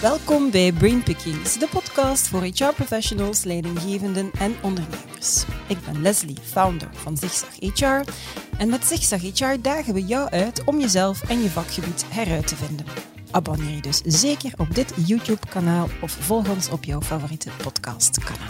Welkom bij Brainpickings, de podcast voor HR-professionals, leidinggevenden en ondernemers. Ik ben Leslie, founder van Zigzag HR. En met Zigzag HR dagen we jou uit om jezelf en je vakgebied heruit te vinden. Abonneer je dus zeker op dit YouTube-kanaal of volg ons op jouw favoriete podcastkanaal.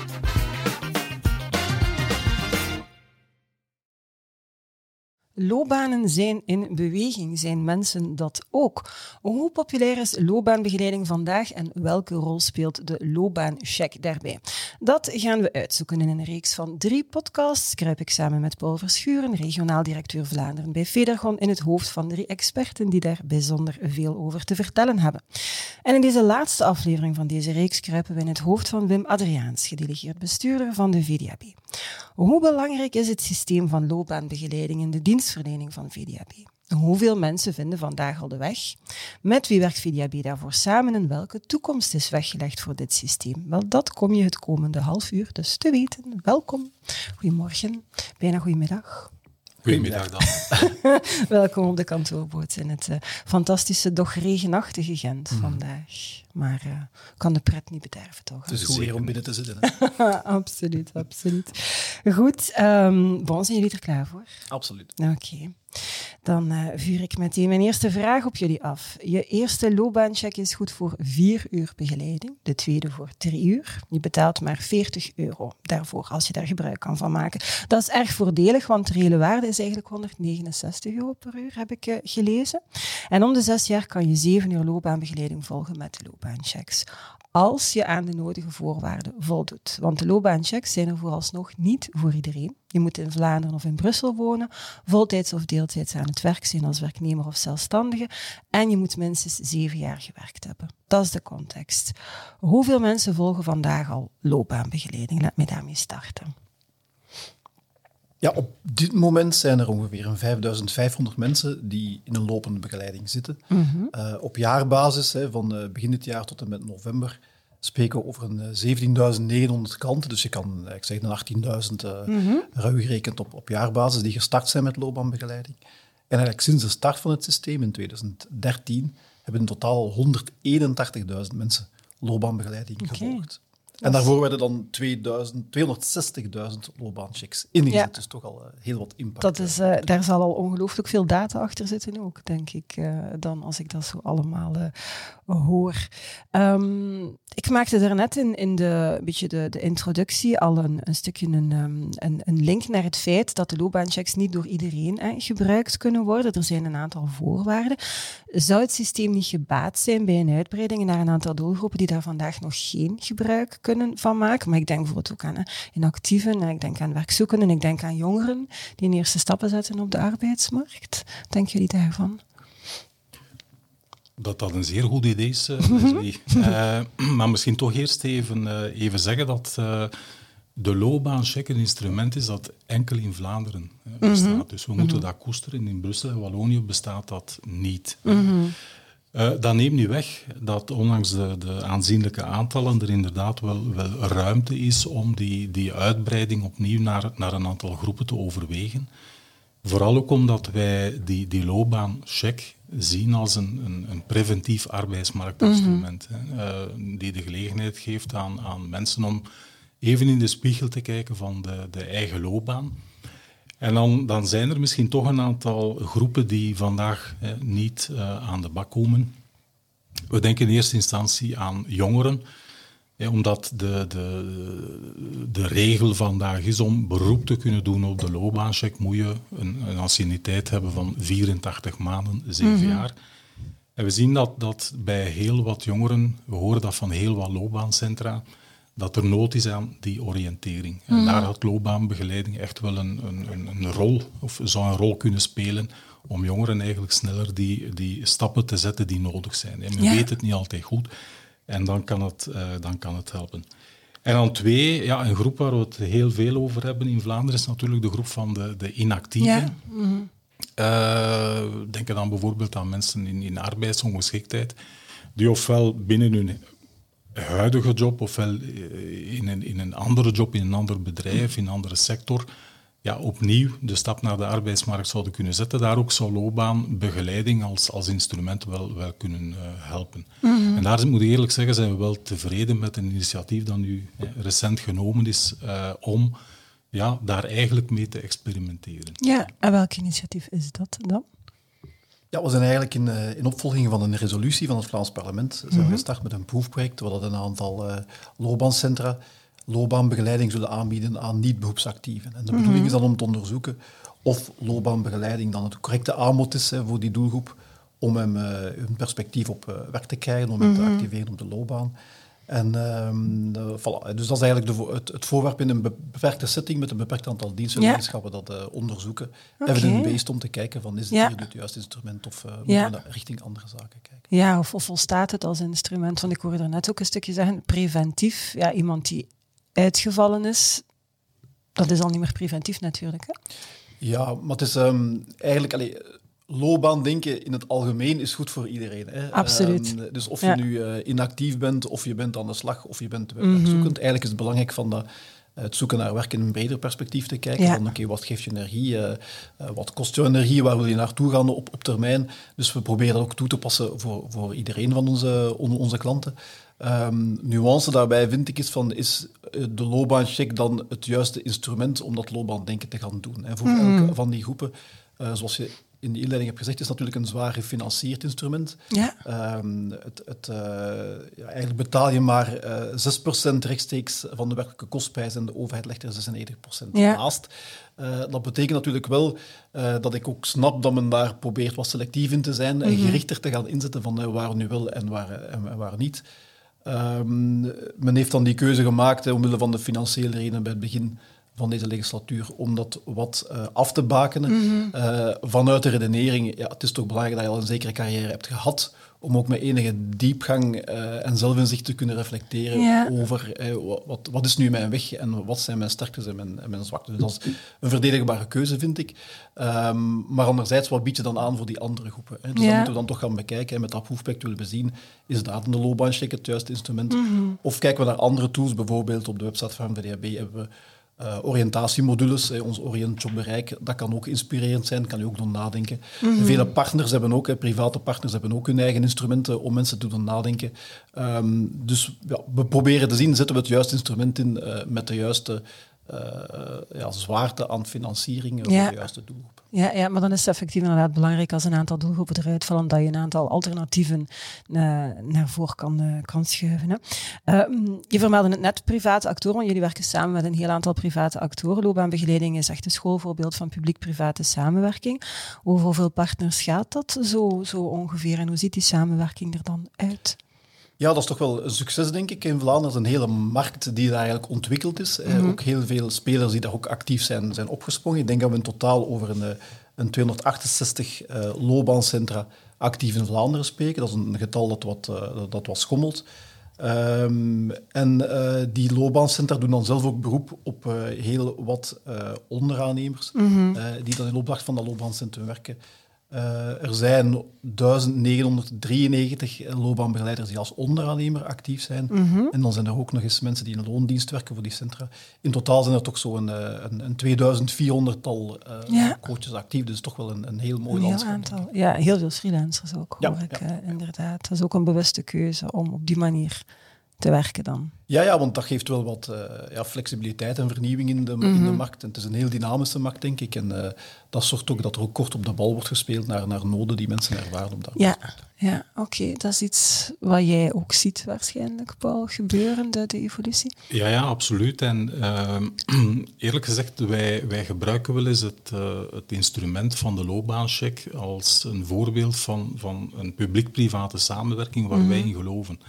Loopbanen zijn in beweging, zijn mensen dat ook? Hoe populair is loopbaanbegeleiding vandaag en welke rol speelt de loopbaancheck daarbij? Dat gaan we uitzoeken in een reeks van 3 podcasts. Kruip ik samen met Paul Verschuren, regionaal directeur Vlaanderen bij Federgon, in het hoofd van 3 experten die daar bijzonder veel over te vertellen hebben. En in deze laatste aflevering van deze reeks kruipen we in het hoofd van Wim Adriaens, gedelegeerd bestuurder van de VDAB. Hoe belangrijk is het systeem van loopbaanbegeleiding in de dienstverlening van VDAB? Hoeveel mensen vinden vandaag al de weg? Met wie werkt VDAB daarvoor samen en welke toekomst is weggelegd voor dit systeem? Wel, dat kom je het komende half uur dus te weten. Welkom. Goedemorgen. Bijna goedemiddag. Goedemiddag dan. Welkom op de kantoorboot in het fantastische, doch regenachtige Gent vandaag. Maar kan de pret niet bederven, toch? Het is goed hier om binnen te zitten. Absoluut, absoluut. Goed, bon, zijn jullie er klaar voor? Absoluut. Oké. Dan vuur ik meteen mijn eerste vraag op jullie af. Je eerste loopbaancheck is goed voor 4 uur begeleiding, de tweede voor 3 uur. Je betaalt maar €40 daarvoor, als je daar gebruik kan van maken. Dat is erg voordelig, want de reële waarde is eigenlijk €169 per uur, heb ik gelezen. En om de 6 jaar kan je 7 uur loopbaanbegeleiding volgen met de loopbaanchecks. Als je aan de nodige voorwaarden voldoet. Want de loopbaanchecks zijn er vooralsnog niet voor iedereen. Je moet in Vlaanderen of in Brussel wonen, voltijds of deeltijds aan het werk zijn als werknemer of zelfstandige en je moet minstens 7 jaar gewerkt hebben. Dat is de context. Hoeveel mensen volgen vandaag al loopbaanbegeleiding? Laat mij daarmee starten. Ja, op dit moment zijn er ongeveer 5500 mensen die in een lopende begeleiding zitten. Op jaarbasis, van begin dit jaar tot en met november, spreken we over een 17.900 klanten. Dus je kan zeggen een 18.000 ruim gerekend op jaarbasis die gestart zijn met loopbaanbegeleiding. En eigenlijk sinds de start van het systeem in 2013 hebben in totaal 181.000 mensen loopbaanbegeleiding gevolgd. En daarvoor werden dan 260.000 loopbaanchecks ingezet. Ja. Dus toch al heel wat impact. Dat is, daar zal al ongelooflijk veel data achter zitten ook, denk ik, dan als ik dat zo allemaal hoor. Ik maakte daarnet in de introductie al een stukje een link naar het feit dat de loopbaanchecks niet door iedereen gebruikt kunnen worden. Er zijn een aantal voorwaarden. Zou het systeem niet gebaat zijn bij een uitbreiding naar een aantal doelgroepen die daar vandaag nog geen gebruik kunnen van maken? Maar ik denk bijvoorbeeld ook aan inactieven, ik denk aan werkzoekenden, ik denk aan jongeren die een eerste stappen zetten op de arbeidsmarkt. Denken jullie daarvan? Dat een zeer goed idee is, maar misschien toch eerst even zeggen dat de loopbaancheck een instrument is dat enkel in Vlaanderen bestaat. Dus we moeten dat koesteren. In Brussel en Wallonië bestaat dat niet. Dat neemt niet weg dat ondanks de aanzienlijke aantallen er inderdaad wel ruimte is om die uitbreiding opnieuw naar een aantal groepen te overwegen. Vooral ook omdat wij die loopbaancheck zien als een preventief arbeidsmarktinstrument. Die de gelegenheid geeft aan mensen om even in de spiegel te kijken van de eigen loopbaan. En dan zijn er misschien toch een aantal groepen die vandaag niet aan de bak komen. We denken in eerste instantie aan jongeren. Omdat de regel vandaag is om beroep te kunnen doen op de loopbaancheck, moet je een anciëniteit hebben van 84 maanden, 7 jaar. En we zien dat bij heel wat jongeren, we horen dat van heel wat loopbaancentra, dat er nood is aan die oriëntering. En daar had loopbaanbegeleiding echt wel een rol, of zou een rol kunnen spelen, om jongeren eigenlijk sneller die stappen te zetten die nodig zijn. En men weet het niet altijd goed. En dan kan het helpen. En dan 2, een groep waar we het heel veel over hebben in Vlaanderen is natuurlijk de groep van de inactieven. Denk dan bijvoorbeeld aan mensen in arbeidsongeschiktheid, die ofwel binnen hun huidige job ofwel in een andere job, in een ander bedrijf, in een andere sector, opnieuw de stap naar de arbeidsmarkt zouden kunnen zetten. Daar ook zou loopbaanbegeleiding als instrument wel kunnen helpen. En daar moet ik eerlijk zeggen, zijn we wel tevreden met een initiatief dat nu recent genomen is om daar eigenlijk mee te experimenteren. Ja, en welk initiatief is dat dan? Ja, we zijn eigenlijk in opvolging van een resolutie van het Vlaams parlement zijn we gestart met een proefproject waar een aantal loopbaancentra loopbaanbegeleiding zullen aanbieden aan niet-beroepsactieven. En de bedoeling is dan om te onderzoeken of loopbaanbegeleiding dan het correcte aanbod is voor die doelgroep om hem hun perspectief op werk te krijgen, om hem te activeren op de loopbaan. En voilà. Dus dat is eigenlijk het voorwerp in een beperkte setting met een beperkt aantal dienstverlenerschappen dat onderzoeken. Evidence-based om te kijken van is het hier het juiste instrument of moeten we richting andere zaken kijken. Ja, of volstaat het als instrument? Want ik hoorde er net ook een stukje zeggen, preventief. Ja, iemand die uitgevallen is, dat is al niet meer preventief natuurlijk. Hè? Ja, maar het is eigenlijk... loopbaandenken in het algemeen is goed voor iedereen. Hè. Absoluut. Dus of je nu inactief bent, of je bent aan de slag, of je bent werkzoekend. Eigenlijk is het belangrijk van het zoeken naar werk in een breder perspectief te kijken. Ja. Van wat geeft je energie, wat kost je energie, waar wil je naartoe gaan op termijn. Dus we proberen dat ook toe te passen voor iedereen van onze klanten. Nuance daarbij vind ik is de loopbaancheck dan het juiste instrument om dat loopbaandenken te gaan doen. En voor elke van die groepen, zoals je in de inleiding heb gezegd, is natuurlijk een zwaar gefinancierd instrument. Ja. Eigenlijk betaal je maar 6% rechtstreeks van de werkelijke kostprijs en de overheid legt er 96% naast. Dat betekent natuurlijk wel dat ik ook snap dat men daar probeert wat selectief in te zijn en gerichter te gaan inzetten van waar nu wel en waar niet. Men heeft dan die keuze gemaakt omwille van de financiële redenen bij het begin van deze legislatuur, om dat wat af te bakenen. Vanuit de redenering, het is toch belangrijk dat je al een zekere carrière hebt gehad, om ook met enige diepgang en zelfinzicht te kunnen reflecteren over wat is nu mijn weg en wat zijn mijn sterktes en mijn zwaktes. Dus dat is een verdedigbare keuze, vind ik. Maar anderzijds, wat bied je dan aan voor die andere groepen? Hè? Dus dat moeten we dan toch gaan bekijken. En met dat proefproject willen we zien, is daar dan de loopbaancheck het juiste instrument? Of kijken we naar andere tools, bijvoorbeeld op de website van VDAB hebben we oriëntatiemodules, ons Oriënt-jobbereik, dat kan ook inspirerend zijn, kan je ook doen nadenken. Vele partners hebben ook, private partners hebben ook hun eigen instrumenten om mensen te doen nadenken. Dus we proberen te zien, zetten we het juiste instrument in met de juiste zwaarte aan financiering voor de juiste doelgroep. Ja, maar dan is het effectief inderdaad belangrijk als een aantal doelgroepen eruit vallen, dat je een aantal alternatieven naar voren kan schuiven. Hè. Je vermeldde het net, private actoren, want jullie werken samen met een heel aantal private actoren. Loopbaanbegeleiding is echt een schoolvoorbeeld van publiek-private samenwerking. Over hoeveel partners gaat dat zo ongeveer en hoe ziet die samenwerking er dan uit? Ja, dat is toch wel een succes, denk ik, in Vlaanderen. Dat is een hele markt die daar eigenlijk ontwikkeld is. Ook heel veel spelers die daar ook actief zijn opgesprongen. Ik denk dat we in totaal over een 268 loopbaancentra actief in Vlaanderen spreken. Dat is een getal dat wat schommelt. Die loopbaancentra doen dan zelf ook beroep op heel wat onderaannemers die dan in opdracht van dat loopbaancentrum werken. Er zijn 1993 loopbaanbegeleiders die als onderaannemer actief zijn. En dan zijn er ook nog eens mensen die in een loondienst werken voor die centra. In totaal zijn er toch zo'n een 2400-tal coaches actief. Dus toch wel een heel mooi landschap. Aantal. Ja, heel veel freelancers ook, hoor ik inderdaad. Dat is ook een bewuste keuze om op die manier te werken dan. Ja, want dat geeft wel wat flexibiliteit en vernieuwing in de markt. En het is een heel dynamische markt, denk ik. En dat zorgt ook dat er ook kort op de bal wordt gespeeld naar noden die mensen ervaren op dat moment. Ja, oké. Dat is iets wat jij ook ziet waarschijnlijk, Paul, gebeuren, de evolutie? Ja, absoluut. En eerlijk gezegd, wij gebruiken wel eens het instrument van de loopbaancheck als een voorbeeld van een publiek-private samenwerking waar wij in geloven.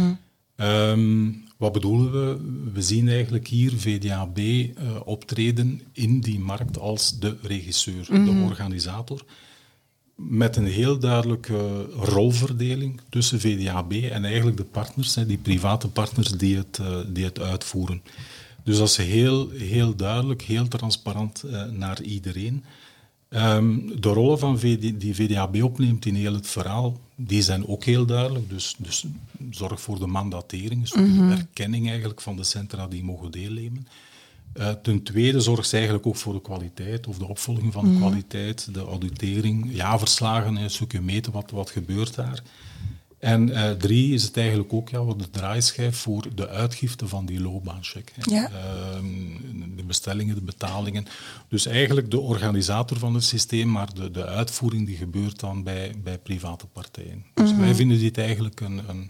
Wat bedoelen we? We zien eigenlijk hier VDAB optreden in die markt als de regisseur, de organisator, met een heel duidelijke rolverdeling tussen VDAB en eigenlijk de partners, die private partners die het uitvoeren. Dus dat is heel, heel duidelijk, heel transparant naar iedereen. De rollen van die VDAB opneemt in heel het verhaal, die zijn ook heel duidelijk. Dus zorg voor de mandatering, dus voor de erkenning eigenlijk van de centra die mogen deelnemen. Ten tweede zorgt ze eigenlijk ook voor de kwaliteit of de opvolging van de kwaliteit, de auditering, jaarverslagen, een stukje meten wat gebeurt daar. En 3 is het eigenlijk ook de draaischijf voor de uitgifte van die loopbaancheck. Ja. De bestellingen, de betalingen. Dus eigenlijk de organisator van het systeem, maar de uitvoering die gebeurt dan bij private partijen. Dus wij vinden dit eigenlijk een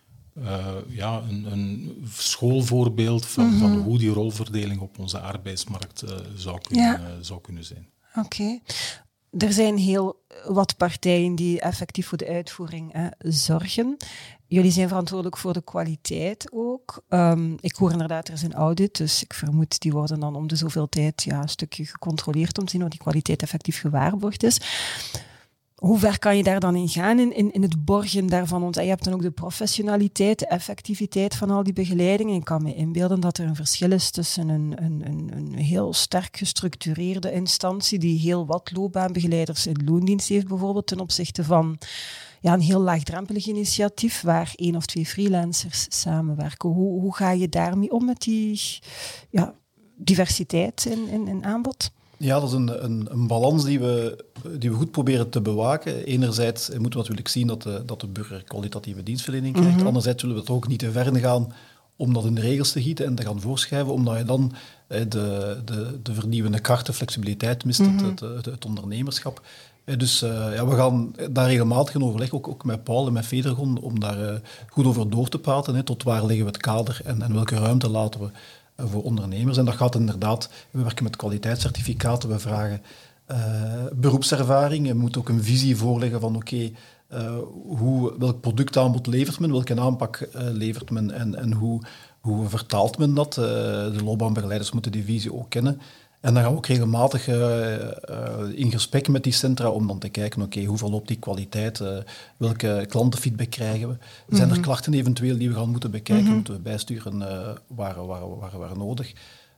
schoolvoorbeeld van hoe die rolverdeling op onze arbeidsmarkt zou kunnen zijn. Oké. Er zijn heel wat partijen die effectief voor de uitvoering zorgen. Jullie zijn verantwoordelijk voor de kwaliteit ook. Ik hoor inderdaad, er is een audit, dus ik vermoed die worden dan om de zoveel tijd een stukje gecontroleerd om te zien of die kwaliteit effectief gewaarborgd is. Hoe ver kan je daar dan in gaan in het borgen daarvan? Want je hebt dan ook de professionaliteit, de effectiviteit van al die begeleidingen. Ik kan me inbeelden dat er een verschil is tussen een heel sterk gestructureerde instantie die heel wat loopbaanbegeleiders in loondienst heeft bijvoorbeeld ten opzichte van een heel laagdrempelig initiatief waar 1 of 2 freelancers samenwerken. Hoe ga je daarmee om met die diversiteit in aanbod? Ja, dat is een balans die we goed proberen te bewaken. Enerzijds moeten we natuurlijk zien dat de burger kwalitatieve dienstverlening krijgt. Anderzijds willen we het ook niet te ver gaan om dat in de regels te gieten en te gaan voorschrijven, omdat je dan de vernieuwende kracht, de flexibiliteit mist, het ondernemerschap. Dus we gaan daar regelmatig in overleg, ook met Paul en met Federgon, om daar goed over door te praten. Tot waar leggen we het kader en welke ruimte laten we voor ondernemers. En dat gaat inderdaad, we werken met kwaliteitscertificaten, we vragen beroepservaring. Je moet ook een visie voorleggen van welk productaanbod levert men, welke aanpak levert men en hoe vertaalt men dat. De loopbaanbegeleiders moeten die visie ook kennen. En dan gaan we ook regelmatig in gesprek met die centra om dan te kijken, hoe verloopt die kwaliteit, welke klantenfeedback krijgen we. Zijn er klachten eventueel die we gaan moeten bekijken, moeten we bijsturen waar nodig.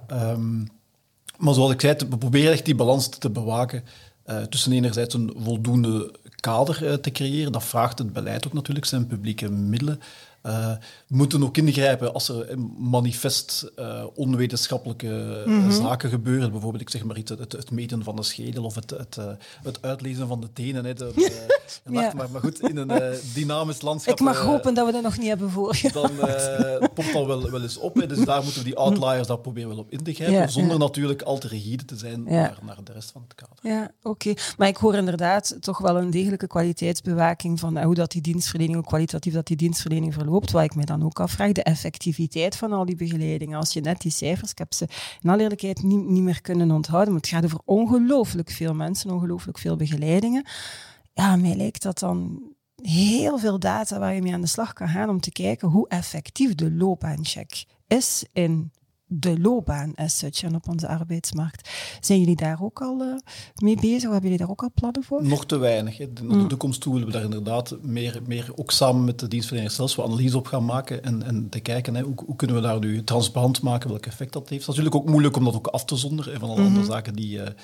Maar zoals ik zei, we proberen echt die balans te bewaken tussen enerzijds een voldoende kader te creëren. Dat vraagt het beleid ook natuurlijk, zijn publieke middelen. We moeten ook ingrijpen als er manifest onwetenschappelijke zaken gebeuren. Bijvoorbeeld, ik zeg maar iets, het meten van de schedel of het uitlezen van de tenen. Maar goed, in een dynamisch landschap... Ik mag hopen dat we dat nog niet hebben voorgehad. Dan popt dat wel eens op. Dus daar moeten we die outliers, daar proberen we wel op in te grijpen. Zonder natuurlijk al te rigide te zijn naar de rest van het kader. Ja, oké. Maar ik hoor inderdaad toch wel een degelijke kwaliteitsbewaking van hoe dat die dienstverlening, hoe kwalitatief dat die dienstverlening verloopt. Wat ik me dan ook afvraag, de effectiviteit van al die begeleidingen. Als je net die cijfers, ik heb ze in alle eerlijkheid niet meer kunnen onthouden, maar het gaat over ongelooflijk veel mensen, ongelooflijk veel begeleidingen. Ja, mij lijkt dat dan heel veel data waar je mee aan de slag kan gaan om te kijken hoe effectief de loopbaancheck is in de loopbaan as such en op onze arbeidsmarkt. Zijn jullie daar ook al mee bezig? Of hebben jullie daar ook al plannen voor? Nog te weinig. Naar de toekomst toe willen we daar inderdaad meer ook samen met de dienstverleners zelfs wat analyse op gaan maken en te kijken hoe kunnen we daar nu transparant maken welk effect dat heeft. Dat is natuurlijk ook moeilijk om dat ook af te zonderen van alle andere zaken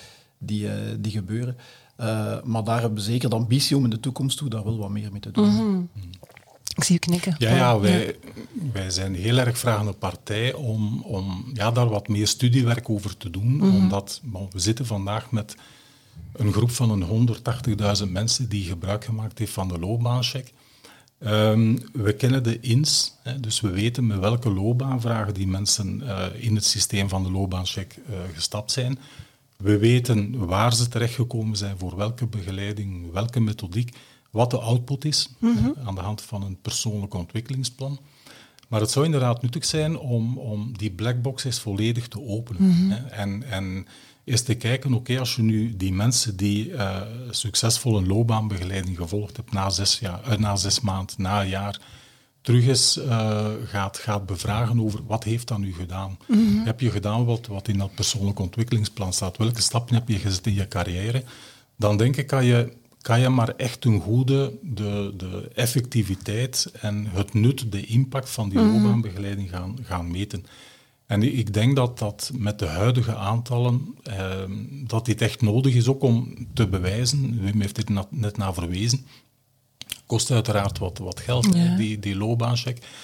die gebeuren. Maar daar hebben we zeker de ambitie om in de toekomst toe daar wel wat meer mee te doen. Ik zie je knikken. Wij zijn heel erg vragende partij om daar wat meer studiewerk over te doen. Omdat we zitten vandaag met een groep van 180.000 mensen die gebruik gemaakt heeft van de loopbaancheck. We kennen de ins, dus we weten met welke loopbaanvragen die mensen in het systeem van de loopbaancheck gestapt zijn. We weten waar ze terechtgekomen zijn, voor welke begeleiding, welke methodiek. Wat de output is, aan de hand van een persoonlijk ontwikkelingsplan. Maar het zou inderdaad nuttig zijn om die blackbox eens volledig te openen. En eens te kijken, als je nu die mensen die succesvol een loopbaanbegeleiding gevolgd hebt na 6 maanden, na een jaar, terug eens gaat bevragen over wat heeft dat nu gedaan. Heb je gedaan wat in dat persoonlijk ontwikkelingsplan staat? Welke stappen heb je gezet in je carrière? Dan denk ik kan je maar echt een goede de effectiviteit en het nut, de impact van die loopbaanbegeleiding gaan meten. En ik denk dat met de huidige aantallen, dat dit echt nodig is ook om te bewijzen. Wim heeft dit net naar verwezen. Kost uiteraard wat geld, die loopbaancheck.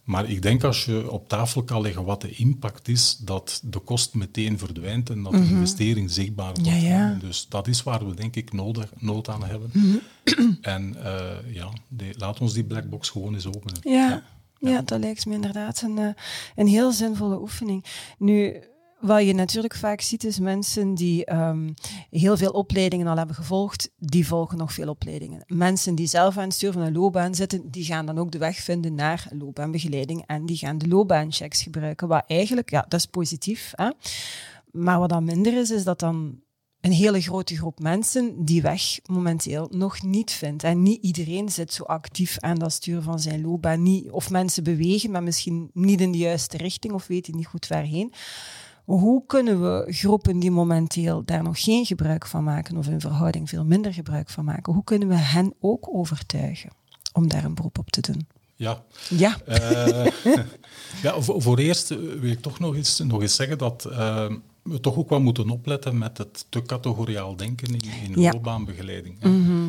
Maar ik denk als je op tafel kan leggen wat de impact is, dat de kost meteen verdwijnt en dat de investering zichtbaar wordt. Ja. Dus dat is waar we denk ik nood aan hebben. En laat ons die blackbox gewoon eens openen. Ja, dat lijkt me inderdaad een heel zinvolle oefening. Nu, wat je natuurlijk vaak ziet, is mensen die heel veel opleidingen al hebben gevolgd, die volgen nog veel opleidingen. Mensen die zelf aan het stuur van een loopbaan zitten, die gaan dan ook de weg vinden naar loopbaanbegeleiding en die gaan de loopbaanchecks gebruiken. Wat eigenlijk, dat is positief. Hè? Maar wat dan minder is dat dan een hele grote groep mensen die weg momenteel nog niet vindt. En niet iedereen zit zo actief aan dat stuur van zijn loopbaan. Of mensen bewegen, maar misschien niet in de juiste richting of weten niet goed waarheen. Hoe kunnen we groepen die momenteel daar nog geen gebruik van maken of in verhouding veel minder gebruik van maken, hoe kunnen we hen ook overtuigen om daar een beroep op te doen? Ja. Voor eerst wil ik toch nog eens zeggen dat we toch ook wel moeten opletten met het te categoriaal denken in loopbaanbegeleiding.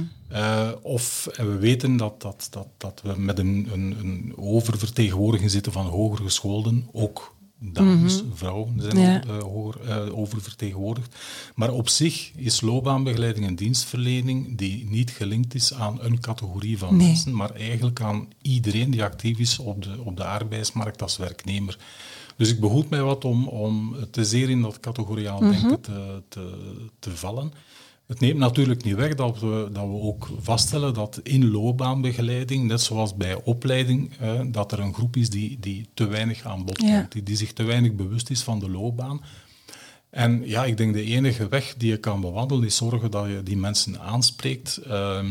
We weten dat we met een oververtegenwoordiging zitten van hoger gescholden, ook dames, vrouwen zijn hoger oververtegenwoordigd. Maar op zich is loopbaanbegeleiding een dienstverlening die niet gelinkt is aan een categorie van mensen, maar eigenlijk aan iedereen die actief is op de arbeidsmarkt als werknemer. Dus ik behoed mij wat om te zeer in dat categoriaal denken te vallen. Het neemt natuurlijk niet weg dat we ook vaststellen dat in loopbaanbegeleiding, net zoals bij opleiding, dat er een groep is die te weinig aan bod komt, die zich te weinig bewust is van de loopbaan. En ik denk de enige weg die je kan bewandelen is zorgen dat je die mensen aanspreekt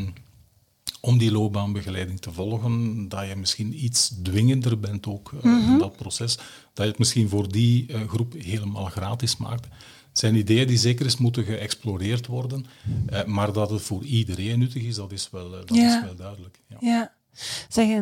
om die loopbaanbegeleiding te volgen, dat je misschien iets dwingender bent ook in dat proces, dat je het misschien voor die groep helemaal gratis maakt. Het zijn ideeën die zeker eens moeten geëxploreerd worden, maar dat het voor iedereen nuttig is, dat is wel duidelijk. Ja. Zeg,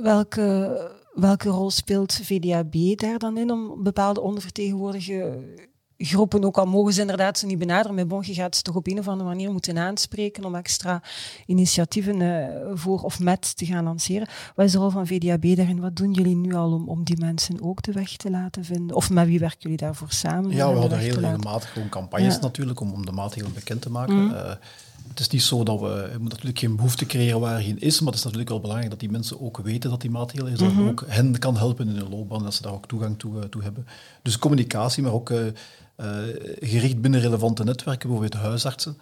welke rol speelt VDAB daar dan in om bepaalde ondervertegenwoordigde groepen, ook al mogen ze inderdaad ze niet benaderen, maar je gaat ze toch op een of andere manier moeten aanspreken om extra initiatieven voor of met te gaan lanceren. Wat is de rol van VDAB daarin? Wat doen jullie nu al om die mensen ook de weg te laten vinden? Of met wie werken jullie daarvoor samen? Ja, we houden heel regelmatig gewoon campagnes natuurlijk om de maatregelen bekend te maken. Het is niet zo dat we moeten natuurlijk geen behoefte creëren waar er geen is, maar het is natuurlijk wel belangrijk dat die mensen ook weten dat die maatregelen is, dat het ook hen kan helpen in hun loopbaan, dat ze daar ook toegang toe hebben. Dus communicatie, maar ook gericht binnen relevante netwerken, bijvoorbeeld huisartsen,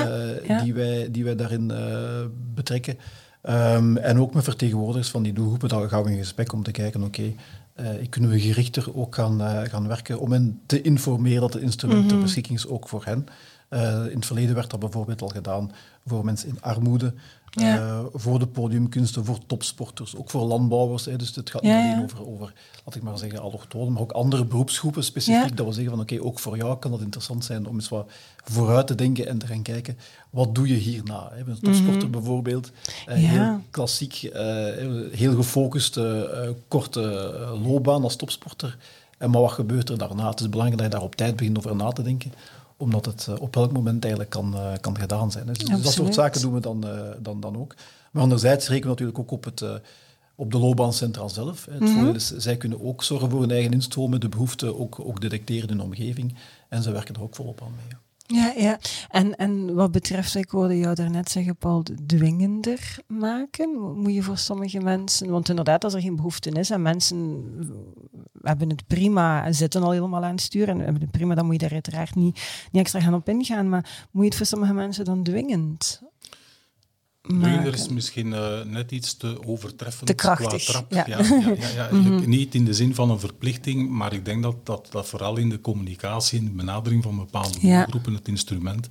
die wij daarin betrekken. En ook met vertegenwoordigers van die doelgroepen, daar gaan we in gesprek om te kijken, kunnen we gerichter ook gaan werken om hen te informeren dat het instrument ter beschikking is ook voor hen. In het verleden werd dat bijvoorbeeld al gedaan voor mensen in armoede, voor de podiumkunsten, voor topsporters, ook voor landbouwers. Dus het gaat niet alleen over, laat ik maar zeggen, allochtonen, maar ook andere beroepsgroepen specifiek, dat we zeggen van ook voor jou kan dat interessant zijn om eens wat vooruit te denken en te gaan kijken, wat doe je hierna? Een topsporter bijvoorbeeld, heel klassiek, heel gefocust, korte loopbaan als topsporter. Maar wat gebeurt er daarna? Het is belangrijk dat je daar op tijd begint over na te denken, omdat het op elk moment eigenlijk kan gedaan zijn. Dus dat soort zaken doen we dan ook. Maar anderzijds rekenen we natuurlijk ook op de loopbaancentra zelf. Het voordeel is, zij kunnen ook zorgen voor hun eigen instromen, de behoeften ook detecteren in de omgeving. En ze werken er ook volop aan mee. Ja. En wat betreft, ik hoorde jou daarnet zeggen, Paul, dwingender maken. Moet je voor sommige mensen... Want inderdaad, als er geen behoefte is en mensen hebben het prima en zitten al helemaal aan het stuur en hebben het prima, dan moet je daar uiteraard niet extra gaan op ingaan. Maar moet je het voor sommige mensen dan dwingend Dwingender is misschien net iets te overtreffend te krachtig, qua trap. Niet in de zin van een verplichting, maar ik denk dat vooral in de communicatie, in de benadering van bepaalde doelgroepen, het instrument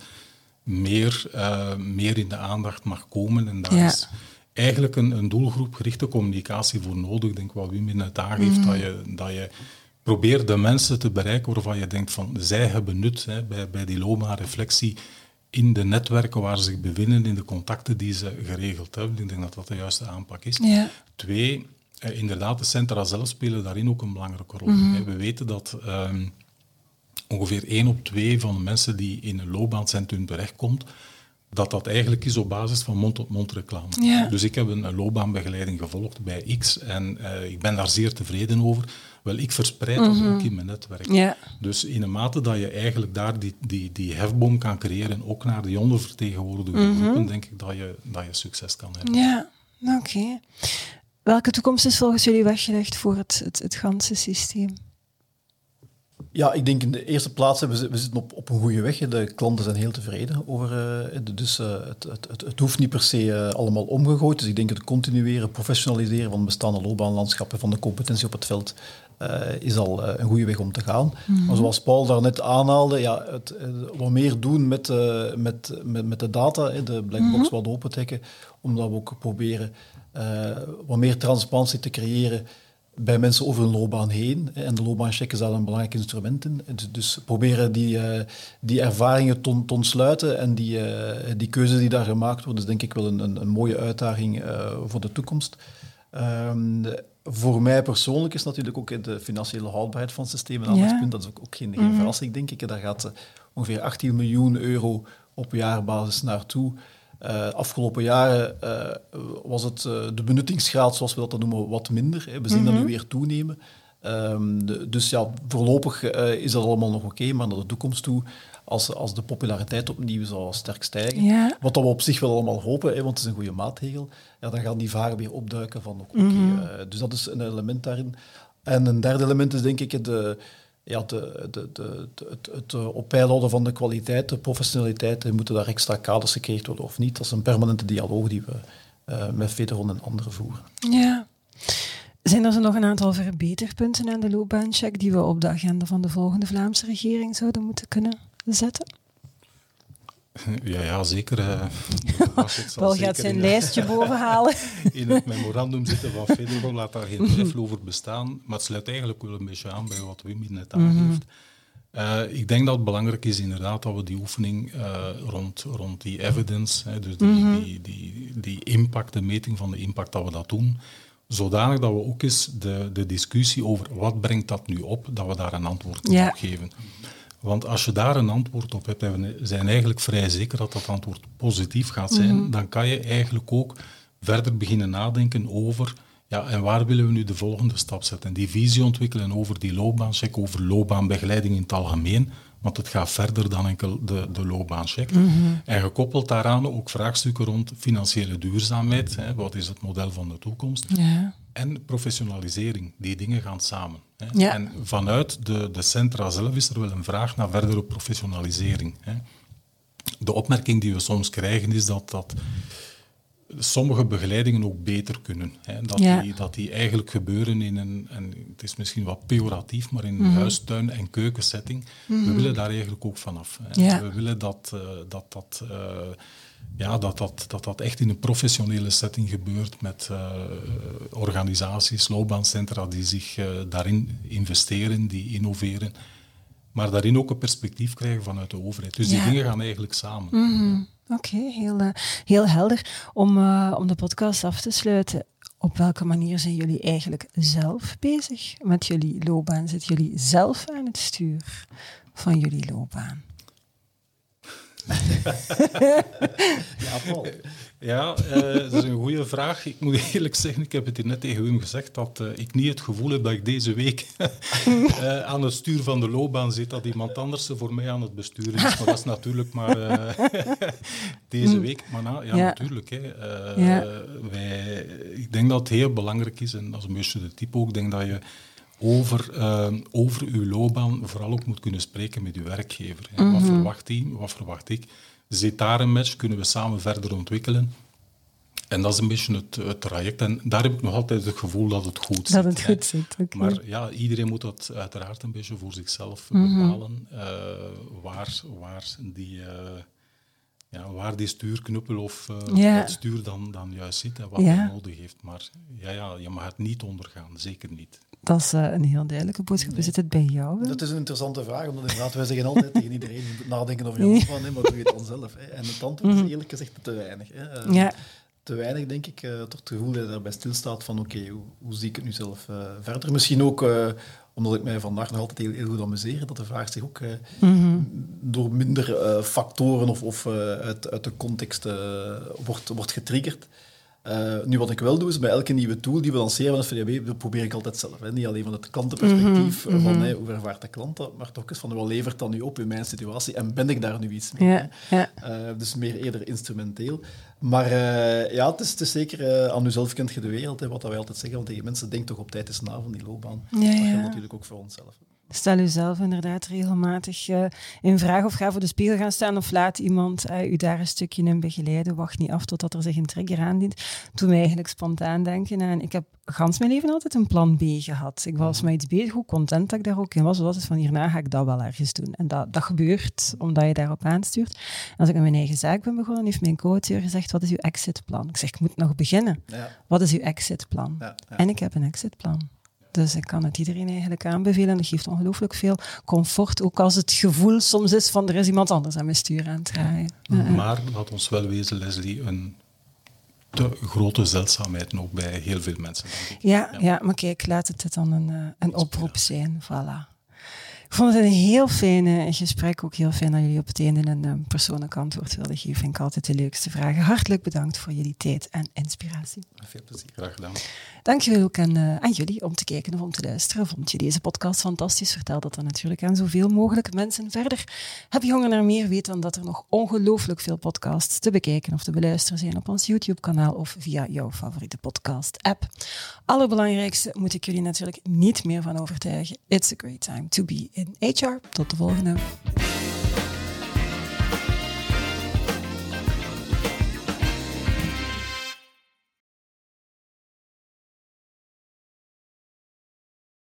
meer in de aandacht mag komen. En daar is eigenlijk een doelgroepgerichte communicatie voor nodig. Ik denk wat Wim net aangeeft, dat je probeert de mensen te bereiken waarvan je denkt van, zij hebben nut bij die loopbaanreflectie in de netwerken waar ze zich bevinden, in de contacten die ze geregeld hebben. Ik denk dat dat de juiste aanpak is. Ja. 2, inderdaad, de centra zelf spelen daarin ook een belangrijke rol. We weten dat ongeveer 1 op 2 van de mensen die in een loopbaancentrum terechtkomt, dat eigenlijk is op basis van mond-tot-mond reclame. Ja. Dus ik heb een loopbaanbegeleiding gevolgd bij X en ik ben daar zeer tevreden over. Wel, ik verspreid dat ook in mijn netwerk. Ja. Dus in een mate dat je eigenlijk daar die hefboom kan creëren, ook naar die ondervertegenwoordigde groepen, denk ik dat je succes kan hebben. Ja, oké. Welke toekomst is volgens jullie weggelegd voor het ganse systeem? Ja, ik denk in de eerste plaats, we zitten op een goede weg. De klanten zijn heel tevreden over. Dus het hoeft niet per se allemaal omgegooid. Dus ik denk het continueren, professionaliseren van bestaande loopbaanlandschappen, van de competentie op het veld, is al een goede weg om te gaan. Maar zoals Paul daarnet aanhaalde, ja, wat meer doen met de data, de blackbox wat opentrekken, omdat we ook proberen wat meer transparantie te creëren bij mensen over hun loopbaan heen. En de loopbaancheck is daar een belangrijk instrument in. Dus proberen die ervaringen te ontsluiten en die keuzes die daar gemaakt worden, is denk ik wel een mooie uitdaging voor de toekomst. Voor mij persoonlijk is natuurlijk ook de financiële houdbaarheid van het systeem een aandachtspunt. Dat is ook geen verrassing, denk ik. Daar gaat ongeveer 18 miljoen euro op jaarbasis naartoe. Afgelopen jaren was het de benuttingsgraad, zoals we dat noemen, wat minder. We zien dat nu weer toenemen. Dus ja, voorlopig is dat allemaal nog oké, maar naar de toekomst toe, als de populariteit opnieuw zou sterk stijgen, wat we op zich wel allemaal hopen, want het is een goede maatregel, ja, dan gaan die varen weer opduiken van dus dat is een element daarin. En een derde element is denk ik het op peil houden van de kwaliteit, de professionaliteit. Moeten daar extra kaders gecreëerd worden of niet? Dat is een permanente dialoog die we met Federon en anderen voeren. Ja. Zijn er zo nog een aantal verbeterpunten aan de loopbaancheck die we op de agenda van de volgende Vlaamse regering zouden moeten kunnen zetten? Ja, zeker. Paul gaat zijn lijstje bovenhalen. In het memorandum zitten van Federon, laat daar geen twijfel over bestaan. Maar het sluit eigenlijk wel een beetje aan bij wat Wim net aangeeft. Ik denk dat het belangrijk is inderdaad dat we die oefening rond die evidence, dus die impact, de meting van de impact, dat we dat doen, zodanig dat we ook eens de discussie over wat brengt dat nu op, dat we daar een antwoord op geven. Want als je daar een antwoord op hebt, en we zijn eigenlijk vrij zeker dat dat antwoord positief gaat zijn, dan kan je eigenlijk ook verder beginnen nadenken over, ja, en waar willen we nu de volgende stap zetten? En die visie ontwikkelen over die loopbaancheck, over loopbaanbegeleiding in het algemeen, want het gaat verder dan enkel de loopbaancheck. En gekoppeld daaraan ook vraagstukken rond financiële duurzaamheid, wat is het model van de toekomst, en professionalisering. Die dingen gaan samen. Ja. En vanuit de centra zelf is er wel een vraag naar verdere professionalisering. De opmerking die we soms krijgen is dat sommige begeleidingen ook beter kunnen. Dat die eigenlijk gebeuren in een, het is misschien wat pejoratief, maar in een huistuin- en keukensetting. We willen daar eigenlijk ook vanaf. We willen dat echt in een professionele setting gebeurt met organisaties, loopbaancentra die zich daarin investeren, die innoveren, maar daarin ook een perspectief krijgen vanuit de overheid. Dus die dingen gaan eigenlijk samen. Oké, heel helder. Om de podcast af te sluiten, op welke manier zijn jullie eigenlijk zelf bezig met jullie loopbaan? Zitten jullie zelf aan het stuur van jullie loopbaan? Ja, Paul. Ja, dat is een goede vraag. Ik moet eerlijk zeggen, ik heb het hier net tegen Wim gezegd, dat ik niet het gevoel heb dat ik deze week aan het stuur van de loopbaan zit, dat iemand anders voor mij aan het besturen is. Maar dat is natuurlijk maar deze week. Maar natuurlijk. Ik denk dat het heel belangrijk is, en dat is een beetje de type ook, ik denk dat je over uw loopbaan vooral ook moet kunnen spreken met uw werkgever. Wat verwacht hij? Wat verwacht ik? Zit daar een match? Kunnen we samen verder ontwikkelen? En dat is een beetje het traject. En daar heb ik nog altijd het gevoel dat het goed zit. Dat het goed zit, okay. Maar ja, iedereen moet dat uiteraard een beetje voor zichzelf bepalen. Waar die stuurknuppel of dat stuur dan juist zit en wat hij nodig heeft. Maar je mag het niet ondergaan, zeker niet. Dat is een heel duidelijke boodschap. Hoe zit het bij jou? Dat is een interessante vraag, omdat inderdaad, wij zeggen altijd tegen iedereen, je moet nadenken over je loopbaan, maar doe je het dan zelf. En het antwoord is eerlijk gezegd te weinig. Te weinig, denk ik, tot het gevoel dat je daarbij stilstaat van oké, hoe zie ik het nu zelf verder? Misschien ook omdat ik mij vandaag nog altijd heel goed amuseer, dat de vraag zich ook door minder factoren of uit de context wordt getriggerd. Nu, wat ik wel doe, is bij elke nieuwe tool die we lanceren van het VDAB, dat probeer ik altijd zelf. Hè. Niet alleen van het klantenperspectief, van hoe ervaart de klant dat, maar toch eens van wat levert dat nu op in mijn situatie en ben ik daar nu iets mee? Dus meer eerder instrumenteel. Maar het is zeker aan uzelf kent je de wereld, hè, wat wij altijd zeggen, want tegen mensen, denk toch op tijd eens na van die loopbaan. Dat geldt natuurlijk ook voor onszelf. Stel uzelf inderdaad regelmatig in vraag of ga voor de spiegel gaan staan of laat iemand u daar een stukje in begeleiden. Wacht niet af totdat er zich een trigger aandient. Toen mij eigenlijk spontaan denken aan... Ik heb gans mijn leven altijd een plan B gehad. Ik was met iets bezig, hoe content dat ik daar ook in was. Was het van hierna ga ik dat wel ergens doen. En dat gebeurt omdat je daarop aanstuurt. En als ik met mijn eigen zaak ben begonnen, heeft mijn coach gezegd, wat is uw exitplan? Ik zeg, ik moet nog beginnen. Ja. Wat is uw exitplan? Ja. En ik heb een exitplan. Dus ik kan het iedereen eigenlijk aanbevelen. Dat geeft ongelooflijk veel comfort. Ook als het gevoel soms is van er is iemand anders aan mijn stuur aan het draaien. Maar laat ons wel wezen, Leslie, een te grote zeldzaamheid ook bij heel veel mensen. Denk ik. Ja, maar kijk, laat het dan een oproep zijn. Voilà. Ik vond het een heel fijn gesprek. Ook heel fijn dat jullie op het einde een persoonlijk antwoord wilden geven. Vind ik altijd de leukste vragen. Hartelijk bedankt voor jullie tijd en inspiratie. Veel plezier. Graag gedaan. Dankjewel ook aan jullie om te kijken of om te luisteren. Vond je deze podcast fantastisch? Vertel dat dan natuurlijk aan zoveel mogelijk mensen verder. Heb je honger naar meer? Weet dan dat er nog ongelooflijk veel podcasts te bekijken of te beluisteren zijn op ons YouTube-kanaal of via jouw favoriete podcast-app. Allerbelangrijkste moet ik jullie natuurlijk niet meer van overtuigen. It's a great time to be in HR. Tot de volgende.